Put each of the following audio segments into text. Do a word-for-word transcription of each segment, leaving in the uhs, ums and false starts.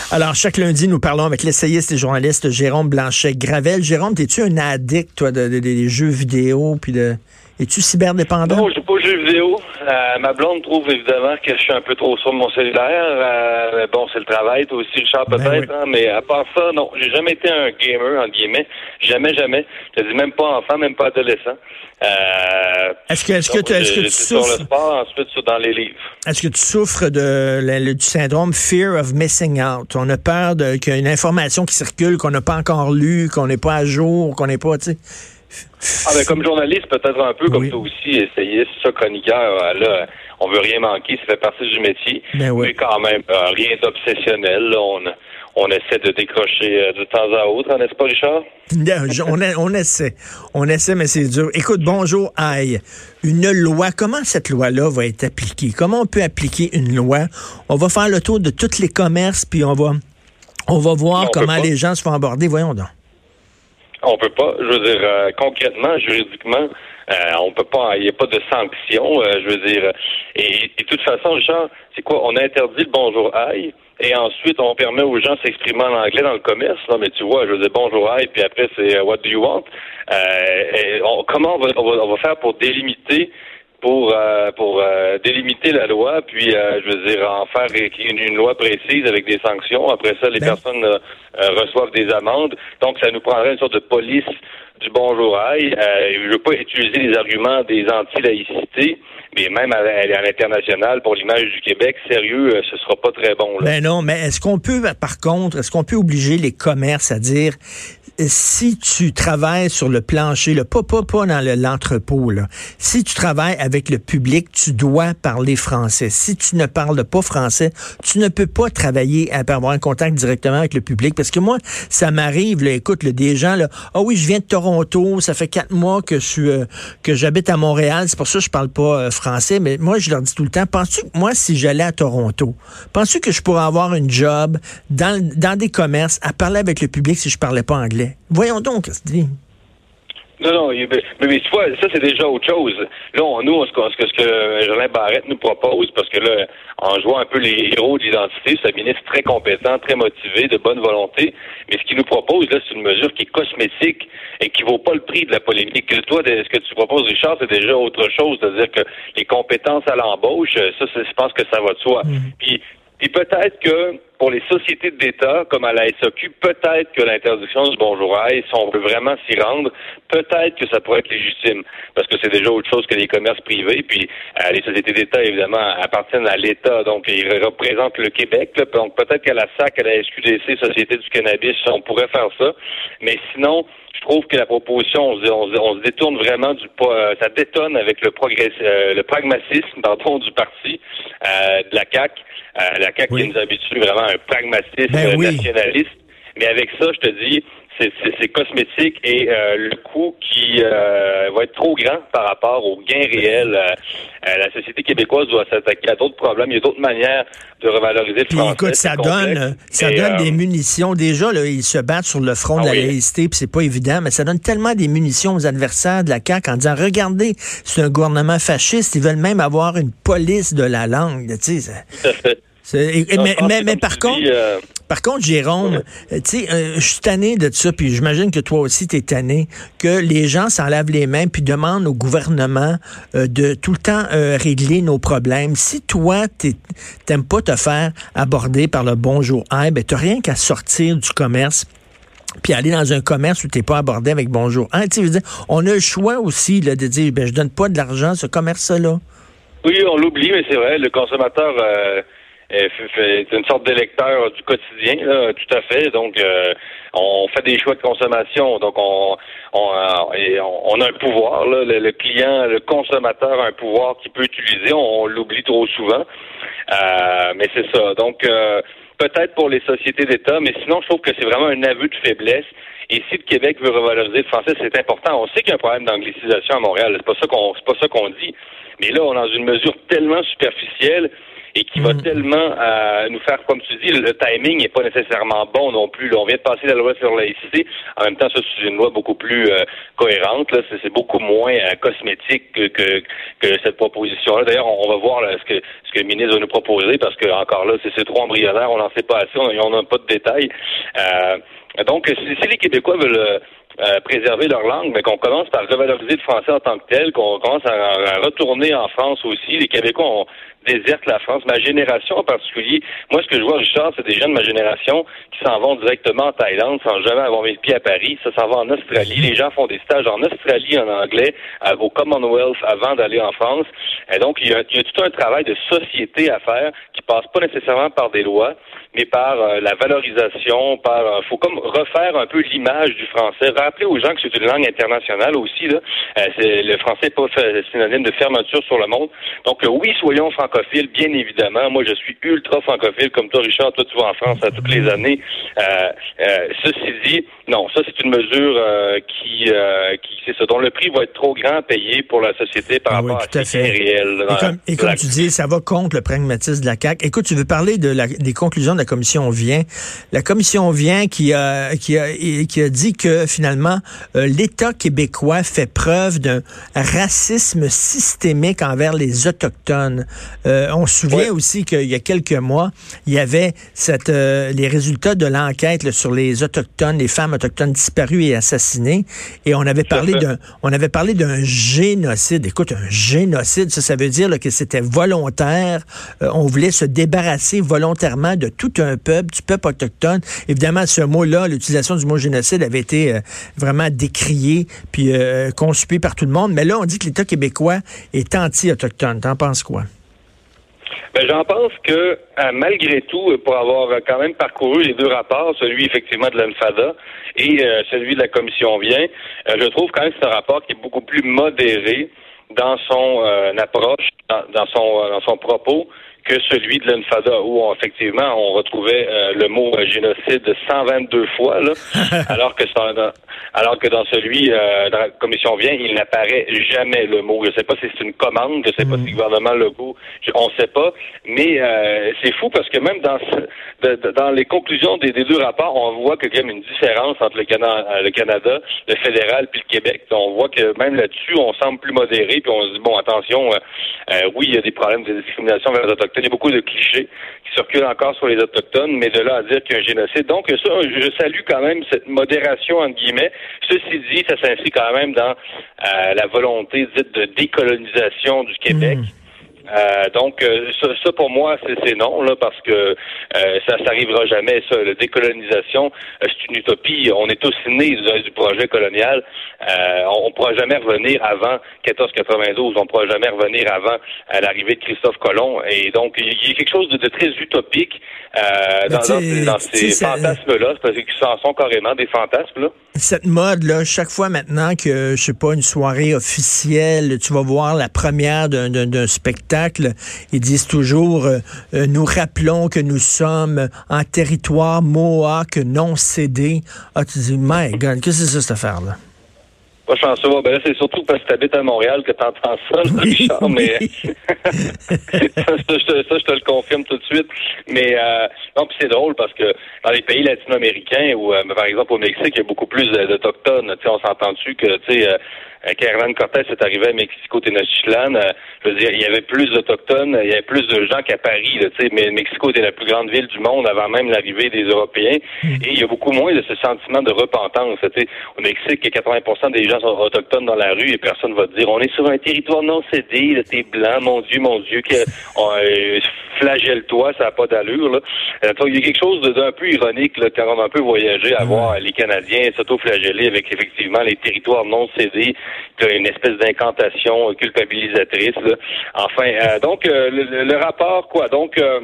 Alors, chaque lundi, nous parlons avec l'essayiste et journaliste Jérôme Blanchet-Gravel. Jérôme, es-tu un addict, toi, de, de, de, des jeux vidéo, puis de... Es-tu cyberdépendant? Non, je joue pas aux jeux vidéo. Euh, ma blonde trouve évidemment que je suis un peu trop sur mon cellulaire. Euh, bon, c'est le travail, toi aussi, Richard, peut-être, ben oui. hein, mais à part ça, non, j'ai jamais été un gamer, entre guillemets. Jamais, jamais. Je te dis même pas enfant, même pas adolescent. Euh, est-ce que, est-ce donc, que tu, est-ce que tu souffres... sur le sport, ensuite sur dans les livres. Est-ce que tu souffres de, le, du syndrome Fear of Missing Out? On a peur de, qu'il y ait une information qui circule, qu'on n'a pas encore lue, qu'on n'est pas à jour, qu'on n'est pas, tu sais... Ah ben comme journaliste, peut-être un peu, comme oui. toi aussi, essayiste, ça, chroniqueur, là, on veut rien manquer, ça fait partie du métier. Ben oui. Mais quand même, euh, rien d'obsessionnel, là, on, on essaie de décrocher euh, de temps à autre, n'est-ce pas, Richard? on, a, on essaie, on essaie, mais c'est dur. Écoute, bonjour, aïe. Une loi, comment cette loi-là va être appliquée? Comment on peut appliquer une loi? On va faire le tour de tous les commerces, puis on va, on va voir on comment les gens se font aborder. Voyons donc. On peut pas, je veux dire, euh, concrètement, juridiquement, euh, on peut pas, il n'y a pas de sanction, euh, je veux dire. Et, et de toute façon, Richard, c'est quoi? On a interdit le bonjour aïe, et ensuite on permet aux gens de s'exprimer en anglais dans le commerce. Non, mais tu vois, je veux dire bonjour aïe, puis après c'est uh, what do you want? Euh, et on, comment on va, on va, on va faire pour délimiter? pour euh, pour euh, délimiter la loi, puis euh, je veux dire en faire une, une loi précise avec des sanctions. Après ça, les ben... personnes euh, reçoivent des amendes. Donc, ça nous prendrait une sorte de police du bonjour aïe. Euh, je veux pas utiliser les arguments des anti-laïcité, mais même à, à l'international, pour l'image du Québec, sérieux, ce sera pas très bon. Là. Ben non, mais est-ce qu'on peut, par contre, est-ce qu'on peut obliger les commerces à dire si tu travailles sur le plancher, là, pas, pas, pas dans le, l'entrepôt, là, si tu travailles avec le public, tu dois parler français. Si tu ne parles pas français, tu ne peux pas travailler à avoir un contact directement avec le public. Parce que moi, ça m'arrive, là, écoute, là, des gens, là, ah oui, je viens de Toronto, ça fait quatre mois que je suis, euh, que j'habite à Montréal, c'est pour ça que je parle pas euh, français, mais moi, je leur dis tout le temps, penses-tu que moi, si j'allais à Toronto, penses-tu que je pourrais avoir une job dans, dans des commerces à parler avec le public si je parlais pas anglais? Voyons donc, qu'est-ce que tu dis? Non, non, mais, mais, mais tu vois, ça, c'est déjà autre chose. Là, on, nous, ce que, ce que Jolin Barrette nous propose, parce que là, en jouant un peu les héros de l'identité, c'est un ministre très compétent, très motivé, de bonne volonté, mais ce qu'il nous propose, là, c'est une mesure qui est cosmétique et qui vaut pas le prix de la polémique. Que toi, ce que tu proposes, Richard, c'est déjà autre chose, c'est-à-dire que les compétences à l'embauche, ça, je pense que ça va de soi. Mmh. Puis, puis peut-être que pour les sociétés d'État, comme à la S A Q, peut-être que l'interdiction du bonjour aïe, si on veut vraiment s'y rendre, peut-être que ça pourrait être légitime, parce que c'est déjà autre chose que les commerces privés, puis euh, les sociétés d'État, évidemment, appartiennent à l'État, donc ils représentent le Québec, là, donc peut-être qu'à la S A C, à la S Q D C, Société du cannabis, on pourrait faire ça, mais sinon, je trouve que la proposition, on se, on se, on se détourne vraiment du euh, ça détonne avec le progrès, euh, le pragmatisme, pardon, du parti, euh, de la C A Q. Euh, la C A Q oui. qui nous habitue vraiment à un pragmatisme ben oui. nationaliste. Mais avec ça, je te dis, c'est, c'est, c'est cosmétique et euh, le coût qui euh, va être trop grand par rapport aux gains réels. Euh, euh, la société québécoise doit s'attaquer à d'autres problèmes. Il y a d'autres manières de revaloriser le puis, français. Écoute, ça donne, ça et, donne euh, des munitions. Déjà, là, ils se battent sur le front ah, de la oui. laïcité, puis c'est pas évident, mais ça donne tellement des munitions aux adversaires de la C A Q en disant, regardez, c'est un gouvernement fasciste, ils veulent même avoir une police de la langue. Tu sais, ça, c'est, non, mais, mais, mais par contre, dis, euh... par contre, Jérôme, ouais. tu sais, euh, je suis tanné de ça, puis j'imagine que toi aussi t'es tanné, que les gens s'en lavent les mains puis demandent au gouvernement euh, de tout le temps euh, régler nos problèmes. Si toi, t'es, t'aimes pas te faire aborder par le bonjour aïe, ben t'as rien qu'à sortir du commerce puis aller dans un commerce où t'es pas abordé avec bonjour aïe. Tu sais, je veux dire, on a le choix aussi là, de dire, ben je donne pas de l'argent à ce commerce-là. Oui, on l'oublie, mais c'est vrai, le consommateur... Euh... C'est une sorte d'électeur du quotidien, là, tout à fait. Donc, euh, on fait des choix de consommation. Donc, on, on, on a un pouvoir. Là. Le, le client, le consommateur a un pouvoir qu'il peut utiliser. On, on l'oublie trop souvent. Euh, mais c'est ça. Donc, euh, peut-être pour les sociétés d'État, mais sinon, je trouve que c'est vraiment un aveu de faiblesse. Et si le Québec veut revaloriser le français, c'est important. On sait qu'il y a un problème d'anglicisation à Montréal. C'est pas ça qu'on, c'est pas ça qu'on dit. Mais là, on est dans une mesure tellement superficielle et qui va mm. tellement euh, nous faire, comme tu dis, le timing n'est pas nécessairement bon non plus. Là, on vient de passer la loi sur la laïcité. En même temps, ça, c'est une loi beaucoup plus euh, cohérente. Là. C'est, c'est beaucoup moins euh, cosmétique que, que, que cette proposition-là. D'ailleurs, on, on va voir là, ce que ce que le ministre va nous proposer, parce que encore là, c'est, c'est trop embryonnaire, on n'en sait pas assez, on n'a pas de détails. Euh, donc, si, si les Québécois veulent euh, préserver leur langue, mais qu'on commence par revaloriser le français en tant que tel, qu'on commence à, à retourner en France aussi, les Québécois ont déserte la France. Ma génération en particulier, moi, ce que je vois, Richard, c'est des gens de ma génération qui s'en vont directement en Thaïlande sans jamais avoir mis le pied à Paris. Ça s'en va en Australie. Les gens font des stages en Australie en anglais, à, au Commonwealth, avant d'aller en France. Et donc, il y, a, il y a tout un travail de société à faire qui passe pas nécessairement par des lois, mais par euh, la valorisation, par... Euh, faut comme refaire un peu l'image du français. Rappeler aux gens que c'est une langue internationale aussi, là. Euh, c'est, le français n'est pas synonyme de fermeture sur le monde. Donc, euh, oui, soyons francophile, bien évidemment. Moi, je suis ultra francophile, comme toi, Richard. Toi, tu vas en France à toutes les années. Euh, euh, ceci dit, non, ça, c'est une mesure euh, qui, euh, qui, c'est ça, dont le prix va être trop grand à payer pour la société par ah rapport oui, à ce qui est réel. Et comme, et comme tu dis, ça va contre le pragmatisme de la C A Q. Écoute, tu veux parler de la, des conclusions de la commission Vien. La commission Vien qui a, qui a, qui a dit que, finalement, euh, l'État québécois fait preuve d'un racisme systémique envers les Autochtones. Euh, on se souvient ouais. aussi qu'il y a quelques mois, il y avait cette, euh, les résultats de l'enquête là, sur les Autochtones, les femmes autochtones disparues et assassinées, et on avait parlé d'un, on avait parlé d'un génocide. Écoute, un génocide, ça, ça veut dire là, que c'était volontaire. Euh, on voulait se débarrasser volontairement de tout un peuple, du peuple autochtone. Évidemment, ce mot-là, l'utilisation du mot génocide avait été euh, vraiment décriée puis euh, conspuée par tout le monde. Mais là, on dit que l'État québécois est anti-autochtone. T'en penses quoi? Ben, j'en pense que, euh, malgré tout, pour avoir quand même parcouru les deux rapports, celui effectivement de l'A N F A D A et euh, celui de la Commission Vien, euh, je trouve quand même que c'est un rapport qui est beaucoup plus modéré dans son euh, approche, dans, dans son dans son propos, que celui de l'A N F A D A, où on, effectivement on retrouvait euh, le mot euh, génocide cent vingt-deux fois, là, alors que ça, dans, alors que dans celui euh, de la Commission Vien, il n'apparaît jamais le mot. Je ne sais pas si c'est une commande, je ne sais pas mm. si le gouvernement Legault, je, on ne sait pas, mais euh, c'est fou parce que même dans de, de, dans les conclusions des, des deux rapports, on voit qu'il y a même une différence entre le, Cana- le Canada, le fédéral puis le Québec. On voit que même là-dessus, on semble plus modéré, puis on se dit bon, attention, euh, euh, oui, il y a des problèmes de discrimination vers les Autochtones. Il y a beaucoup de clichés qui circulent encore sur les Autochtones, mais de là à dire qu'il y a un génocide. Donc, ça, je salue quand même cette modération, entre guillemets. Ceci dit, ça s'inscrit quand même dans euh, la volonté dite de décolonisation du Québec. Mmh. Euh, donc, euh, ça, ça, pour moi, c'est, c'est non, là, parce que euh, ça n'arrivera jamais, ça. La décolonisation, euh, c'est une utopie. On est tous nés du, du projet colonial. Euh, on ne pourra jamais revenir avant quatorze quatre-vingt-douze. On ne pourra jamais revenir avant à l'arrivée de Christophe Colomb. Et donc, il y a quelque chose de, de très utopique euh, dans, dans, dans ces fantasmes-là, parce qu'ils en sont carrément des fantasmes, là. Cette mode-là, chaque fois maintenant que, je sais pas, une soirée officielle, tu vas voir la première d'un, d'un, d'un spectacle, ils disent toujours euh, euh, nous rappelons que nous sommes en territoire Mohawk non cédé. Ah, tu dis, my God, qu'est-ce que c'est ça, cette affaire-là? Pas chanceux. Ben là, c'est surtout parce que tu habites à Montréal que tu entends ça, là, Richard, mais ça, ça, je te, ça, je te le confirme tout de suite. Mais euh, non, puis c'est drôle parce que dans les pays latino-américains, ou euh, par exemple au Mexique, il y a beaucoup plus d'Autochtones. Tu sais, on s'entend dessus que, tu sais, euh, quand Hernán Cortés est arrivé à Mexico-Tenochtitlan, euh, je veux dire, il y avait plus d'Autochtones, il y avait plus de gens qu'à Paris, là, tu sais, mais Mexico était la plus grande ville du monde avant même l'arrivée des Européens, et il y a beaucoup moins de ce sentiment de repentance. Tu sais, au Mexique, quatre-vingts pour cent des gens sont autochtones dans la rue et personne va te dire, on est sur un territoire non cédé, là, t'es blanc, mon Dieu, mon Dieu, que, on, euh, flagelle-toi, ça n'a pas d'allure, là. Euh, il y a quelque chose d'un peu ironique, là, quand on a un peu voyagé à voir les Canadiens s'auto-flageller avec effectivement les territoires non cédés, une espèce d'incantation culpabilisatrice, là. Enfin, euh, donc, euh, le, le rapport, quoi? Donc, euh,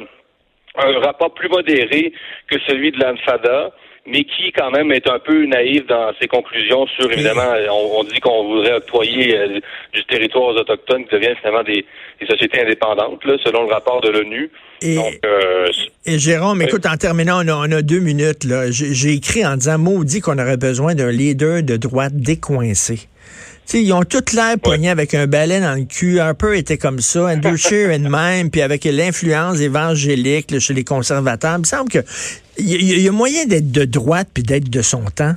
un rapport plus modéré que celui de l'A N F A D A, mais qui, quand même, est un peu naïf dans ses conclusions sur, évidemment, on, on dit qu'on voudrait octroyer euh, du territoire aux Autochtones qui deviennent finalement des, des sociétés indépendantes, là, selon le rapport de l'ONU. Et, Donc, euh, et Jérôme, oui. Écoute, en terminant, on a, on a deux minutes, là. J'ai, j'ai écrit en disant, maudit qu'on aurait besoin d'un leader de droite décoincé. sais, ils ont toutes l'air poignés avec un balai dans le cul. Harper était comme ça, Andrew Scheer est de même, puis avec l'influence évangélique là, chez les conservateurs. Il me semble que il y, y a moyen d'être de droite puis d'être de son temps.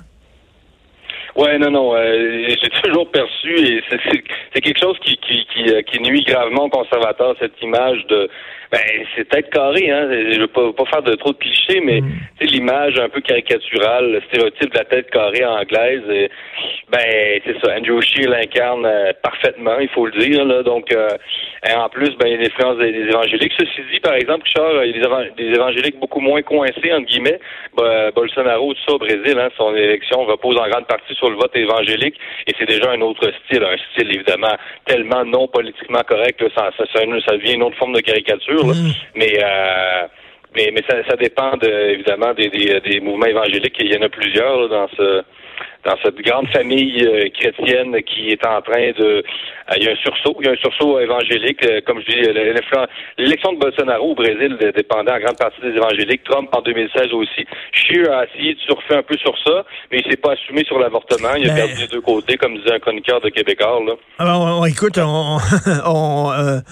Ouais, non, non. Euh, j'ai toujours perçu, et c'est, c'est, c'est quelque chose qui, qui, qui, qui nuit gravement aux conservateurs, cette image de ben c'est tête carrée, hein. Je veux pas, pas faire de trop de clichés, mais mm. tu sais, l'image un peu caricaturale, le stéréotype de la tête carrée anglaise, et, ben c'est ça. Andrew Scheer l'incarne euh, parfaitement, il faut le dire, là. Donc euh, et en plus, ben il y a l'influence des, des évangéliques. Ceci dit, par exemple, Richard, il y a des, évan- des évangéliques beaucoup moins coincés, entre guillemets. Ben, Bolsonaro, tout ça au Brésil, hein, son élection repose en grande partie sur le vote évangélique, et c'est déjà un autre style, un style évidemment tellement non politiquement correct, là, ça, ça, ça, ça devient une autre forme de caricature. Là. Mm. Mais, euh, mais mais ça, ça dépend de, évidemment des, des, des mouvements évangéliques. Il y en a plusieurs là, dans ce dans cette grande famille euh, chrétienne qui est en train de... Euh, il y a un sursaut, il y a un sursaut évangélique. Euh, comme je dis, l'élection de Bolsonaro au Brésil dépendait en grande partie des évangéliques. Trump en deux mille seize aussi. Scheer a essayé de surfer un peu sur ça, mais il s'est pas assumé sur l'avortement. Il a ben... perdu les deux côtés, comme disait un chroniqueur de Québécois. Là. Alors, on, écoute, on, on, euh,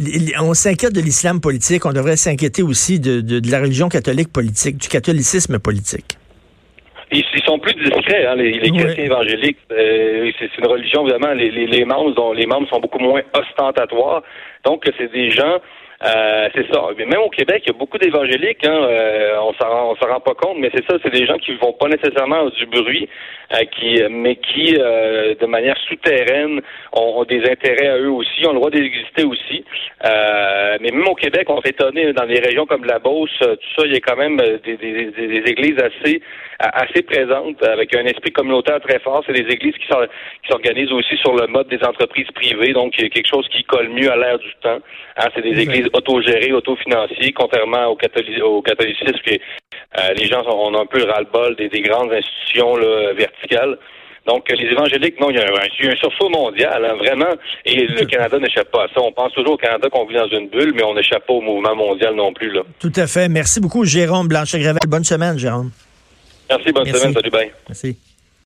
on s'inquiète de l'islam politique. On devrait s'inquiéter aussi de, de, de la religion catholique politique, du catholicisme politique. Ils, ils sont plus discrets, hein, les, les chrétiens oui. évangéliques. Euh, c'est, c'est une religion, évidemment, les, les, les membres dont les membres sont beaucoup moins ostentatoires. Donc, c'est des gens, euh, c'est ça. Mais même au Québec, il y a beaucoup d'évangéliques, hein, euh, on s'en rend, on s'en rend pas compte, mais c'est ça, c'est des gens qui vont pas nécessairement du bruit, euh, qui, mais qui, euh, de manière souterraine, ont, ont des intérêts à eux aussi, ont le droit d'exister aussi. Euh, mais même au Québec, on s'est étonné, dans des régions comme la Beauce, tout ça, il y a quand même des, des, des, des églises assez assez présentes, avec un esprit communautaire très fort. C'est des églises qui, qui s'organisent aussi sur le mode des entreprises privées, donc il y a quelque chose qui colle mieux à l'ère du temps. Hein, c'est des églises autogérées, autofinancées, contrairement au, catholi- au catholicisme, qui, euh, les gens ont, ont un peu le ras-le-bol des, des grandes institutions là, verticales. Donc, les évangéliques, non, il y a un, il y a un sursaut mondial, hein, vraiment, et le Canada n'échappe pas à ça. On pense toujours au Canada qu'on vit dans une bulle, mais on n'échappe pas au mouvement mondial non plus, là. Tout à fait. Merci beaucoup, Jérôme Blanchet-Gravel. Bonne semaine, Jérôme. Merci, bonne Merci. semaine. Salut, bye. Merci.